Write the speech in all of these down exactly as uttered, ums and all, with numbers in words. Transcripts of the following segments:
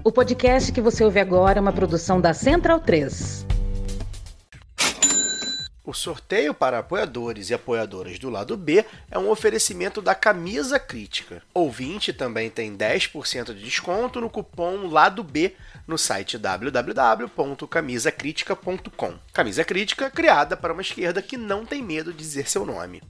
O podcast que você ouve agora é uma produção da Central três. O sorteio para apoiadores e apoiadoras do lado B é um oferecimento da Camisa Crítica. Ouvinte também tem dez por cento de desconto no cupom Lado B no site w w w ponto camisa crítica ponto com. Camisa Crítica, criada para uma esquerda que não tem medo de dizer seu nome.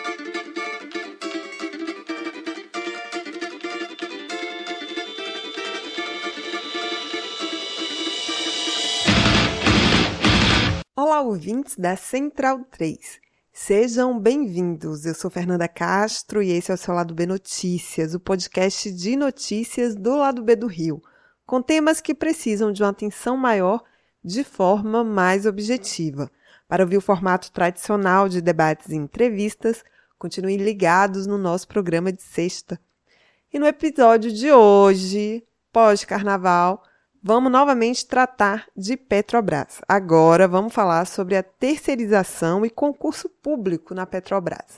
Olá, ouvintes da Central três. Sejam bem-vindos. Eu sou Fernanda Castro e esse é o seu Lado B Notícias, o podcast de notícias do Lado B do Rio, com temas que precisam de uma atenção maior de forma mais objetiva. Para ouvir o formato tradicional de debates e entrevistas, continuem ligados no nosso programa de sexta. E no episódio de hoje, pós-carnaval, vamos novamente tratar de Petrobras. Agora vamos falar sobre a terceirização e concurso público na Petrobras.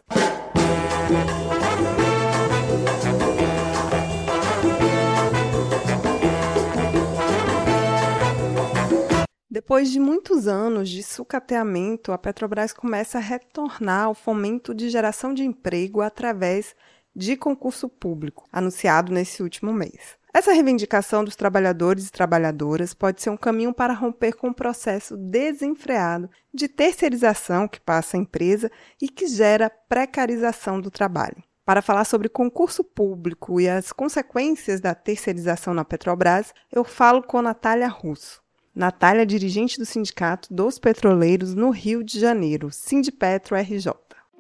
Depois de muitos anos de sucateamento, a Petrobras começa a retornar ao fomento de geração de emprego através de concurso público, anunciado nesse último mês. Essa reivindicação dos trabalhadores e trabalhadoras pode ser um caminho para romper com o processo desenfreado de terceirização que passa a empresa e que gera precarização do trabalho. Para falar sobre concurso público e as consequências da terceirização na Petrobras, eu falo com Natália Russo. Natália é dirigente do Sindicato dos Petroleiros no Rio de Janeiro, Sindipetro R J.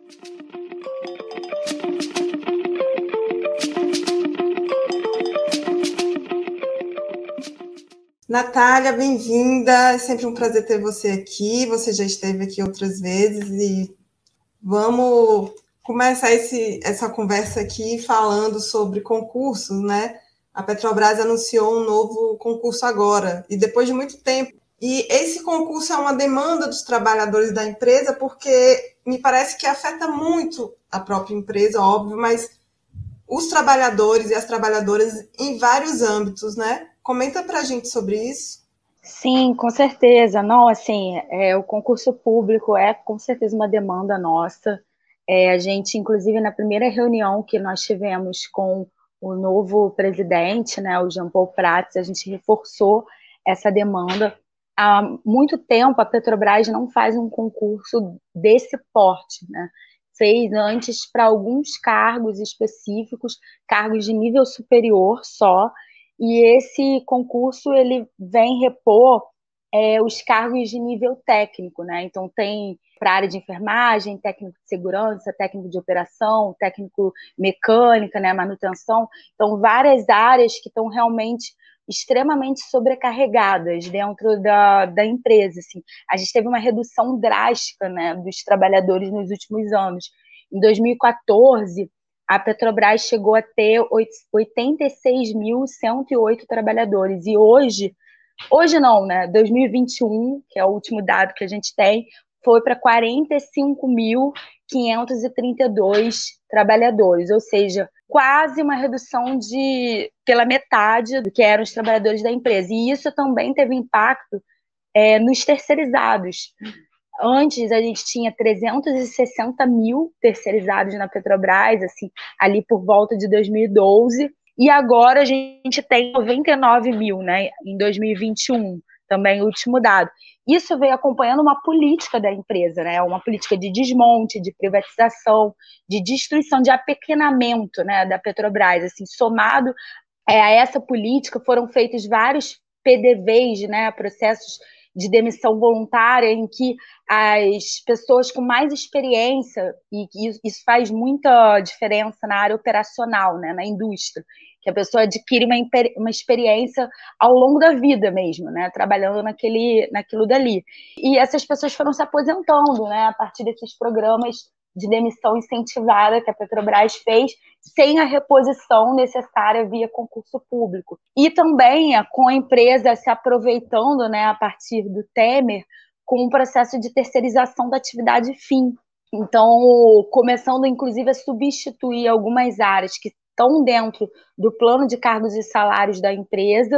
Natália, bem-vinda. É sempre um prazer ter você aqui. Você já esteve aqui outras vezes e vamos começar esse, essa conversa aqui falando sobre concursos, né? A Petrobras anunciou um novo concurso agora e depois de muito tempo. E esse concurso é uma demanda dos trabalhadores da empresa porque me parece que afeta muito a própria empresa, óbvio, mas os trabalhadores e as trabalhadoras em vários âmbitos, né? Comenta para a gente sobre isso. Sim, com certeza. Não, assim, é, o concurso público é com certeza uma demanda nossa. É, a gente, inclusive, na primeira reunião que nós tivemos com o novo presidente, né, o Jean Paul Prats, a gente reforçou essa demanda. Há muito tempo a Petrobras não faz um concurso desse porte, né? Fez antes para alguns cargos específicos, cargos de nível superior só, e esse concurso ele vem repor é, os cargos de nível técnico, né? Então tem para a área de enfermagem, técnico de segurança, técnico de operação, técnico mecânica, né? Manutenção. Então várias áreas que estão realmente extremamente sobrecarregadas dentro da, da empresa. Assim. A gente teve uma redução drástica, né, dos trabalhadores nos últimos anos. Em dois mil e quatorze, a Petrobras chegou a ter oitenta e seis mil cento e oito trabalhadores. E hoje, hoje não, né? dois mil e vinte e um, que é o último dado que a gente tem, foi para quarenta e cinco mil quinhentos e trinta e dois trabalhadores. Ou seja, quase uma redução de pela metade do que eram os trabalhadores da empresa. E isso também teve impacto é, nos terceirizados. Antes, a gente tinha trezentos e sessenta mil terceirizados na Petrobras, assim, ali por volta de dois mil e doze, e agora a gente tem noventa e nove mil, né, em dois mil e vinte e um, também o último dado. Isso veio acompanhando uma política da empresa, né, uma política de desmonte, de privatização, de destruição, de apequenamento, né, da Petrobras, assim, somado é, a essa política foram feitos vários P D Vs, né, processos de demissão voluntária, em que as pessoas com mais experiência, e isso faz muita diferença na área operacional, né, na indústria, que a pessoa adquire uma, uma experiência ao longo da vida mesmo, né, trabalhando naquele, naquilo dali. E essas pessoas foram se aposentando, né, a partir desses programas de demissão incentivada que a Petrobras fez, sem a reposição necessária via concurso público. E também com a empresa se aproveitando, né, a partir do Temer, com um processo de terceirização da atividade fim. Então, começando, inclusive, a substituir algumas áreas que estão dentro do plano de cargos e salários da empresa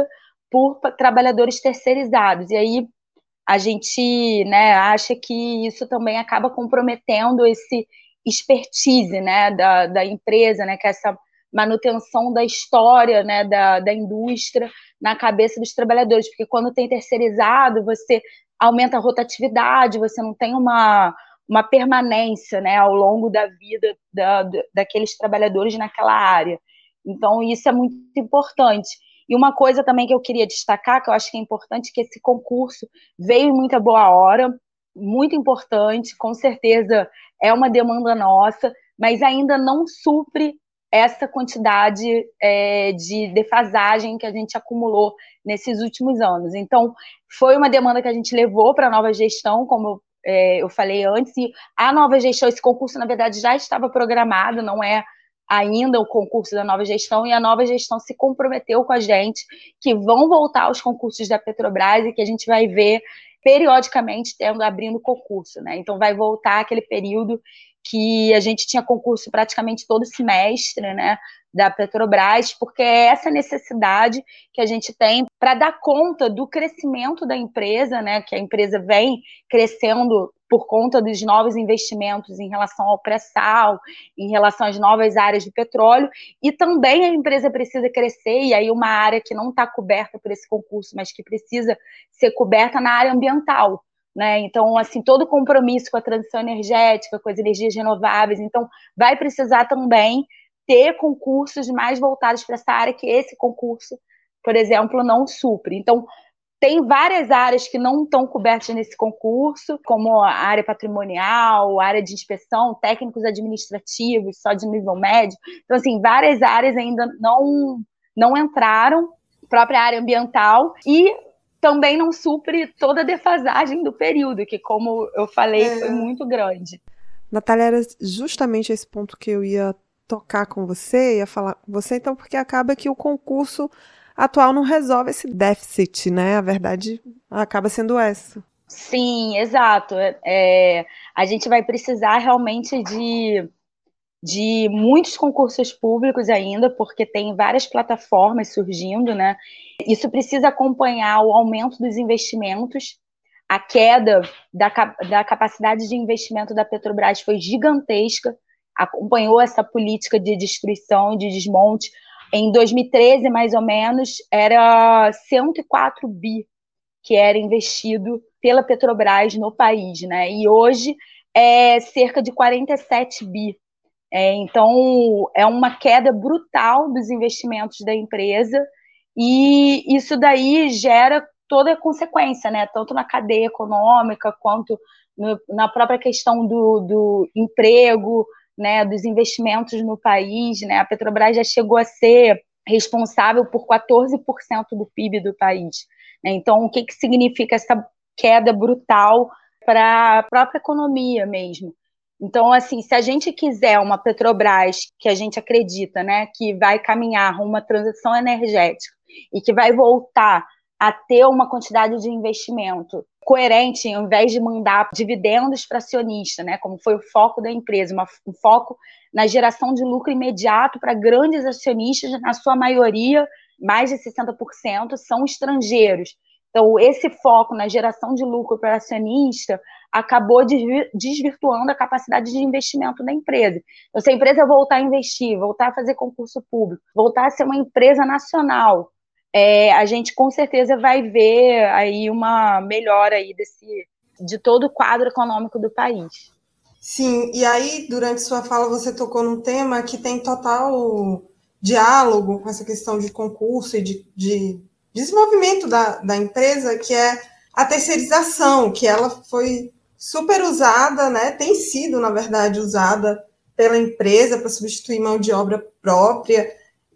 por trabalhadores terceirizados. E aí a gente, né, acha que isso também acaba comprometendo esse expertise, né, da, da empresa, né, que é essa manutenção da história, né, da, da indústria na cabeça dos trabalhadores, porque quando tem terceirizado, você aumenta a rotatividade, você não tem uma, uma permanência, né, ao longo da vida da, daqueles trabalhadores naquela área. Então, isso é muito importante. E uma coisa também que eu queria destacar, que eu acho que é importante, que esse concurso veio em muita boa hora, muito importante, com certeza é uma demanda nossa, mas ainda não supre essa quantidade é, de defasagem que a gente acumulou nesses últimos anos. Então, foi uma demanda que a gente levou para a nova gestão, como é, eu falei antes, e a nova gestão, esse concurso, na verdade, já estava programado, não é ainda o concurso da nova gestão, e a nova gestão se comprometeu com a gente que vão voltar aos concursos da Petrobras e que a gente vai ver periodicamente tendo, abrindo concurso, né? Então vai voltar aquele período que a gente tinha concurso praticamente todo semestre, né, da Petrobras, porque é essa necessidade que a gente tem para dar conta do crescimento da empresa, né, que a empresa vem crescendo por conta dos novos investimentos em relação ao pré-sal, em relação às novas áreas de petróleo, e também a empresa precisa crescer, e aí uma área que não está coberta por esse concurso, mas que precisa ser coberta na área ambiental, né? Então, assim, todo compromisso com a transição energética, com as energias renováveis, então vai precisar também ter concursos mais voltados para essa área que esse concurso, por exemplo, não supre. Então, tem várias áreas que não estão cobertas nesse concurso, como a área patrimonial, a área de inspeção, técnicos administrativos, só de nível médio. Então, assim, várias áreas ainda não, não entraram, própria área ambiental, e também não supre toda a defasagem do período, que, como eu falei, é. foi muito grande. Natália, era justamente esse ponto que eu ia tocar com você, ia falar com você, então, porque acaba que o concurso atual não resolve esse déficit, né? A verdade acaba sendo essa. Sim, exato. É, a gente vai precisar realmente de, de muitos concursos públicos ainda, porque tem várias plataformas surgindo, né? Isso precisa acompanhar o aumento dos investimentos. A queda da, da capacidade de investimento da Petrobras foi gigantesca, acompanhou essa política de destruição, de desmonte. Em dois mil e treze, mais ou menos, era cento e quatro bi que era investido pela Petrobras no país, né? E hoje é cerca de quarenta e sete bi. É, então, é uma queda brutal dos investimentos da empresa, e isso daí gera toda a consequência, né? Tanto na cadeia econômica, quanto no, na própria questão do, do emprego, né, dos investimentos no país, né? A Petrobras já chegou a ser responsável por quatorze por cento do P I B do país, né? Então, o que, que significa essa queda brutal para a própria economia mesmo? Então, assim, se a gente quiser uma Petrobras que a gente acredita, né, que vai caminhar rumo uma transição energética e que vai voltar a ter uma quantidade de investimento coerente, ao invés de mandar dividendos para acionista, né, como foi o foco da empresa, uma, um foco na geração de lucro imediato para grandes acionistas, na sua maioria, mais de sessenta por cento, são estrangeiros. Então, esse foco na geração de lucro para acionista acabou desvirtuando a capacidade de investimento da empresa. Então, se a empresa voltar a investir, voltar a fazer concurso público, voltar a ser uma empresa nacional, é, a gente com certeza vai ver aí uma melhora aí desse, de todo o quadro econômico do país. Sim, e aí, durante sua fala, você tocou num tema que tem total diálogo com essa questão de concurso e de, de desenvolvimento da, da empresa, que é a terceirização, que ela foi super usada, né? Tem sido, na verdade, usada pela empresa para substituir mão de obra própria.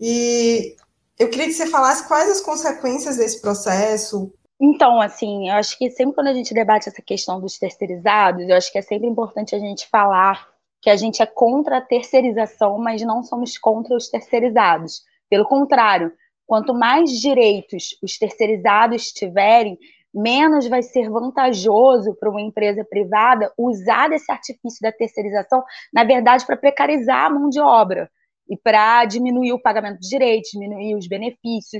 E eu queria que você falasse quais as consequências desse processo. Então, assim, eu acho que sempre quando a gente debate essa questão dos terceirizados, eu acho que é sempre importante a gente falar que a gente é contra a terceirização, mas não somos contra os terceirizados. Pelo contrário, quanto mais direitos os terceirizados tiverem, menos vai ser vantajoso para uma empresa privada usar desse artifício da terceirização, na verdade, para precarizar a mão de obra e para diminuir o pagamento de direitos, diminuir os benefícios.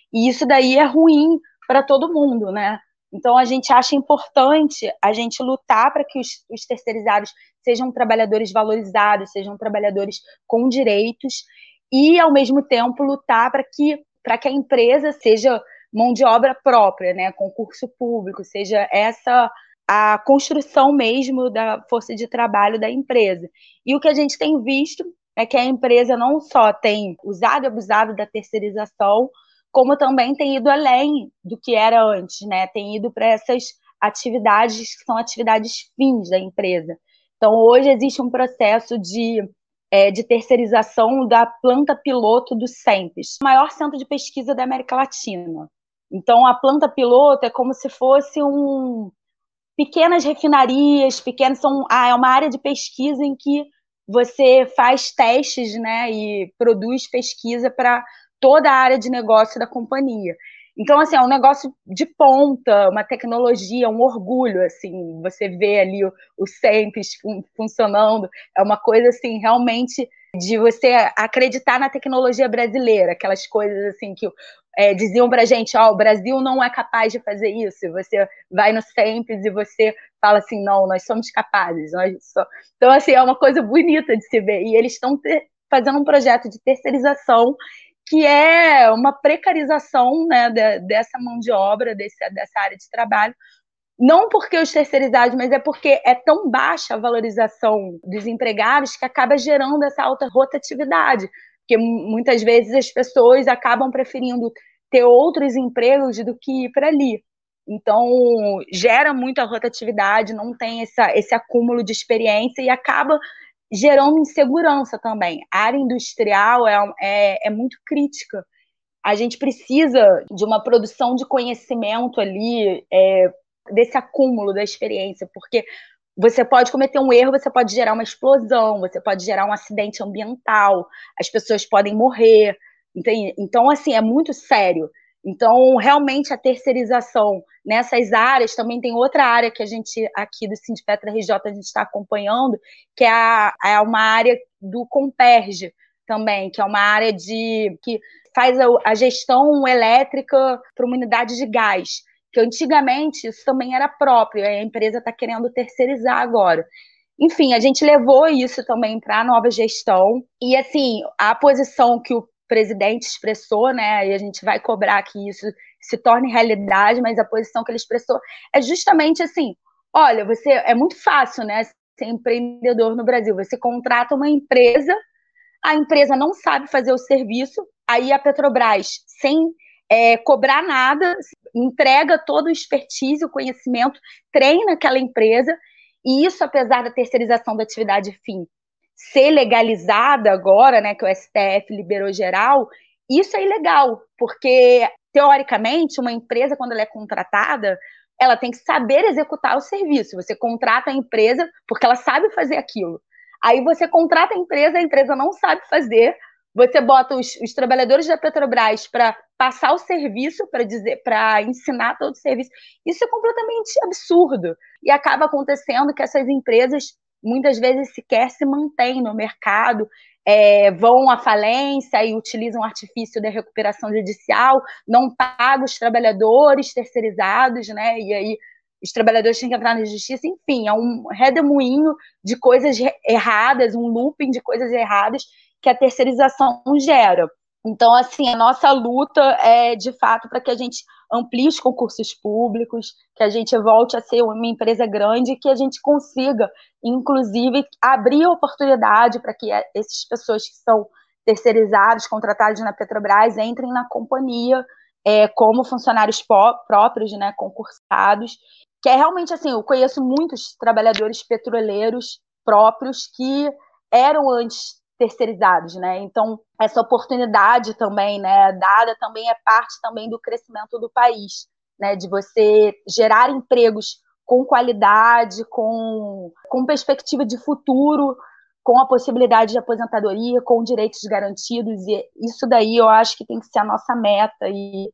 E isso daí é ruim para todo mundo, né? Então, a gente acha importante a gente lutar para que os, os terceirizados sejam trabalhadores valorizados, sejam trabalhadores com direitos e, ao mesmo tempo, lutar para que, para que a empresa seja mão de obra própria, né? Concurso público, seja essa a construção mesmo da força de trabalho da empresa. E o que a gente tem visto é que a empresa não só tem usado e abusado da terceirização, como também tem ido além do que era antes, né? Tem ido para essas atividades que são atividades fins da empresa. Então, hoje existe um processo de, é, de terceirização da planta piloto do SEMPES, o maior centro de pesquisa da América Latina. Então, a planta piloto é como se fosse um pequenas refinarias, pequenas são ah, é uma área de pesquisa em que você faz testes, né, e produz pesquisa para toda a área de negócio da companhia. Então, assim, é um negócio de ponta, uma tecnologia, um orgulho, assim, você vê ali o, o SEMPES fun- funcionando, é uma coisa, assim, realmente de você acreditar na tecnologia brasileira, aquelas coisas, assim, que é, diziam pra gente, ó, oh, o Brasil não é capaz de fazer isso, você vai no SEMPES e você fala assim, não, nós somos capazes. Nós so... Então, assim, é uma coisa bonita de se ver, e eles estão te- fazendo um projeto de terceirização que é uma precarização, né, de, dessa mão de obra, desse, dessa área de trabalho, não porque os terceirizados, mas é porque é tão baixa a valorização dos empregados que acaba gerando essa alta rotatividade, porque muitas vezes as pessoas acabam preferindo ter outros empregos do que ir para ali. Então, gera muita rotatividade, não tem essa, esse acúmulo de experiência e acaba gerando insegurança também. A área industrial é, é, é muito crítica. A gente precisa de uma produção de conhecimento ali, é, desse acúmulo da experiência, porque você pode cometer um erro, você pode gerar uma explosão, você pode gerar um acidente ambiental, as pessoas podem morrer, entende? Então, assim, é muito sério. Então, realmente, a terceirização nessas áreas, também tem outra área que a gente, aqui do Sindipetra R J, a gente está acompanhando, que é, a, é uma área do Comperge também, que é uma área de, que faz a, a gestão elétrica para uma unidade de gás, que antigamente isso também era próprio, a empresa está querendo terceirizar agora. Enfim, a gente levou isso também para a nova gestão, e assim, a posição que o presidente expressou, né, e a gente vai cobrar que isso se torne realidade, mas a posição que ele expressou é justamente assim, olha, você é muito fácil, né, ser empreendedor no Brasil, você contrata uma empresa, a empresa não sabe fazer o serviço, aí a Petrobras, sem é, cobrar nada, entrega todo o expertise, o conhecimento, treina aquela empresa, e isso, apesar da terceirização da atividade fim ser legalizada agora, né, que o S T F liberou geral, isso é ilegal, porque, teoricamente, uma empresa, quando ela é contratada, ela tem que saber executar o serviço. Você contrata a empresa porque ela sabe fazer aquilo. Aí você contrata a empresa, a empresa não sabe fazer, você bota os, os trabalhadores da Petrobras para passar o serviço, para dizer, para ensinar todo o serviço. Isso é completamente absurdo. E acaba acontecendo que essas empresas muitas vezes sequer se mantêm no mercado, é, vão à falência e utilizam o artifício da recuperação judicial, não pagam os trabalhadores terceirizados, né? E aí os trabalhadores têm que entrar na justiça, enfim, é um redemoinho de coisas erradas, um looping de coisas erradas que a terceirização gera. Então, assim, a nossa luta é, de fato, para que a gente amplie os concursos públicos, que a gente volte a ser uma empresa grande e que a gente consiga, inclusive, abrir oportunidade para que essas pessoas que são terceirizadas, contratadas na Petrobras, entrem na companhia é, como funcionários próprios, né, concursados, que é realmente assim, eu conheço muitos trabalhadores petroleiros próprios que eram antes terceirizados, né? Então, essa oportunidade também, né, dada também é parte também do crescimento do país, né, de você gerar empregos com qualidade, com, com perspectiva de futuro, com a possibilidade de aposentadoria, com direitos garantidos, e isso daí eu acho que tem que ser a nossa meta e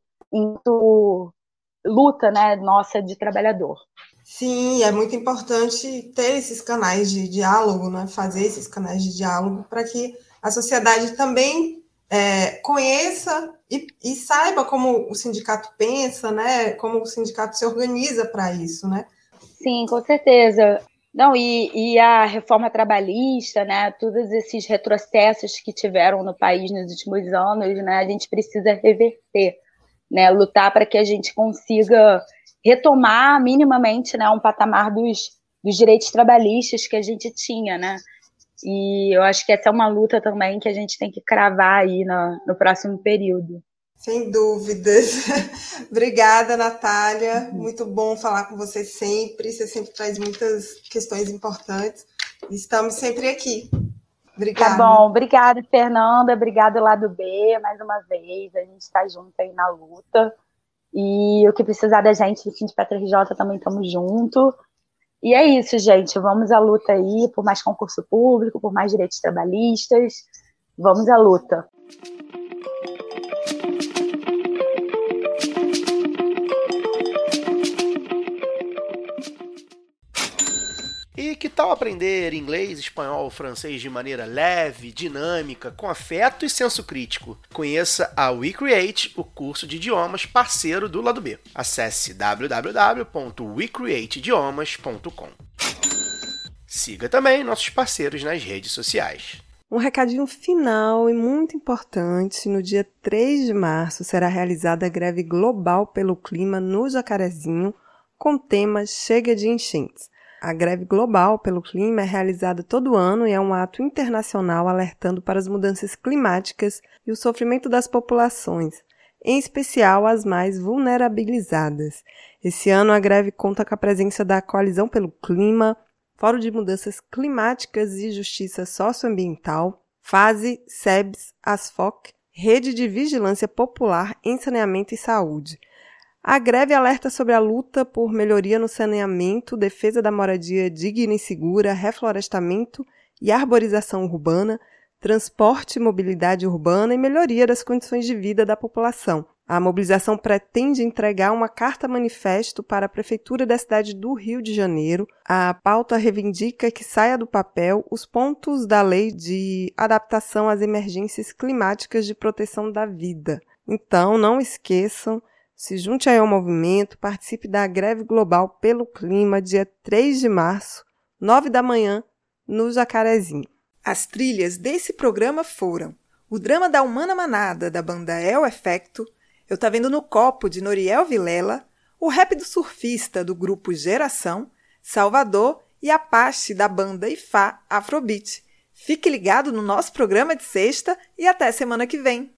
muito luta, né, nossa de trabalhador. Sim, é muito importante ter esses canais de diálogo, né? Fazer esses canais de diálogo para que a sociedade também é, conheça e, e saiba como o sindicato pensa, né? Como o sindicato se organiza para isso, né? Sim, com certeza. Não, e, e a reforma trabalhista, né? Todos esses retrocessos que tiveram no país nos últimos anos, né? A gente precisa reverter, né? Lutar para que a gente consiga retomar minimamente, né, um patamar dos, dos direitos trabalhistas que a gente tinha, né? E eu acho que essa é uma luta também que a gente tem que cravar aí no, no próximo período. Sem dúvidas. Obrigada, Natália. Muito bom falar com você sempre. Você sempre traz muitas questões importantes. Estamos sempre aqui. Obrigada. Tá bom. Obrigada, Fernanda. Obrigada, Lado B, mais uma vez. A gente está junto aí na luta. E o que precisar da gente, do Sindicato R J, também estamos juntos. E é isso, gente. Vamos à luta aí por mais concurso público, por mais direitos trabalhistas. Vamos à luta. E que tal aprender inglês, espanhol, francês de maneira leve, dinâmica, com afeto e senso crítico? Conheça a WeCreate, o curso de idiomas parceiro do Lado B. Acesse w w w ponto we create idiomas ponto com. Siga também nossos parceiros nas redes sociais. Um recadinho final e muito importante: no dia três de março será realizada a greve global pelo clima no Jacarezinho, com o tema Chega de Enchentes. A greve global pelo clima é realizada todo ano e é um ato internacional alertando para as mudanças climáticas e o sofrimento das populações, em especial as mais vulnerabilizadas. Esse ano a greve conta com a presença da Coalizão pelo Clima, Fórum de Mudanças Climáticas e Justiça Socioambiental, FASE, SEBS, ASFOC, Rede de Vigilância Popular em Saneamento e Saúde. A greve alerta sobre a luta por melhoria no saneamento, defesa da moradia digna e segura, reflorestamento e arborização urbana, transporte e mobilidade urbana e melhoria das condições de vida da população. A mobilização pretende entregar uma carta-manifesto para a Prefeitura da cidade do Rio de Janeiro. A pauta reivindica que saia do papel os pontos da Lei de Adaptação às Emergências Climáticas de Proteção da Vida. Então, não esqueçam, se junte aí ao movimento, participe da greve global pelo clima, dia três de março, nove da manhã, no Jacarezinho. As trilhas desse programa foram o drama da Humana Manada, da banda El Efecto, Eu Tá Vendo no Copo, de Noriel Vilela, o rap do surfista, do grupo Geração, Salvador e Apache, da banda Ifá Afrobeat. Fique ligado no nosso programa de sexta e até semana que vem.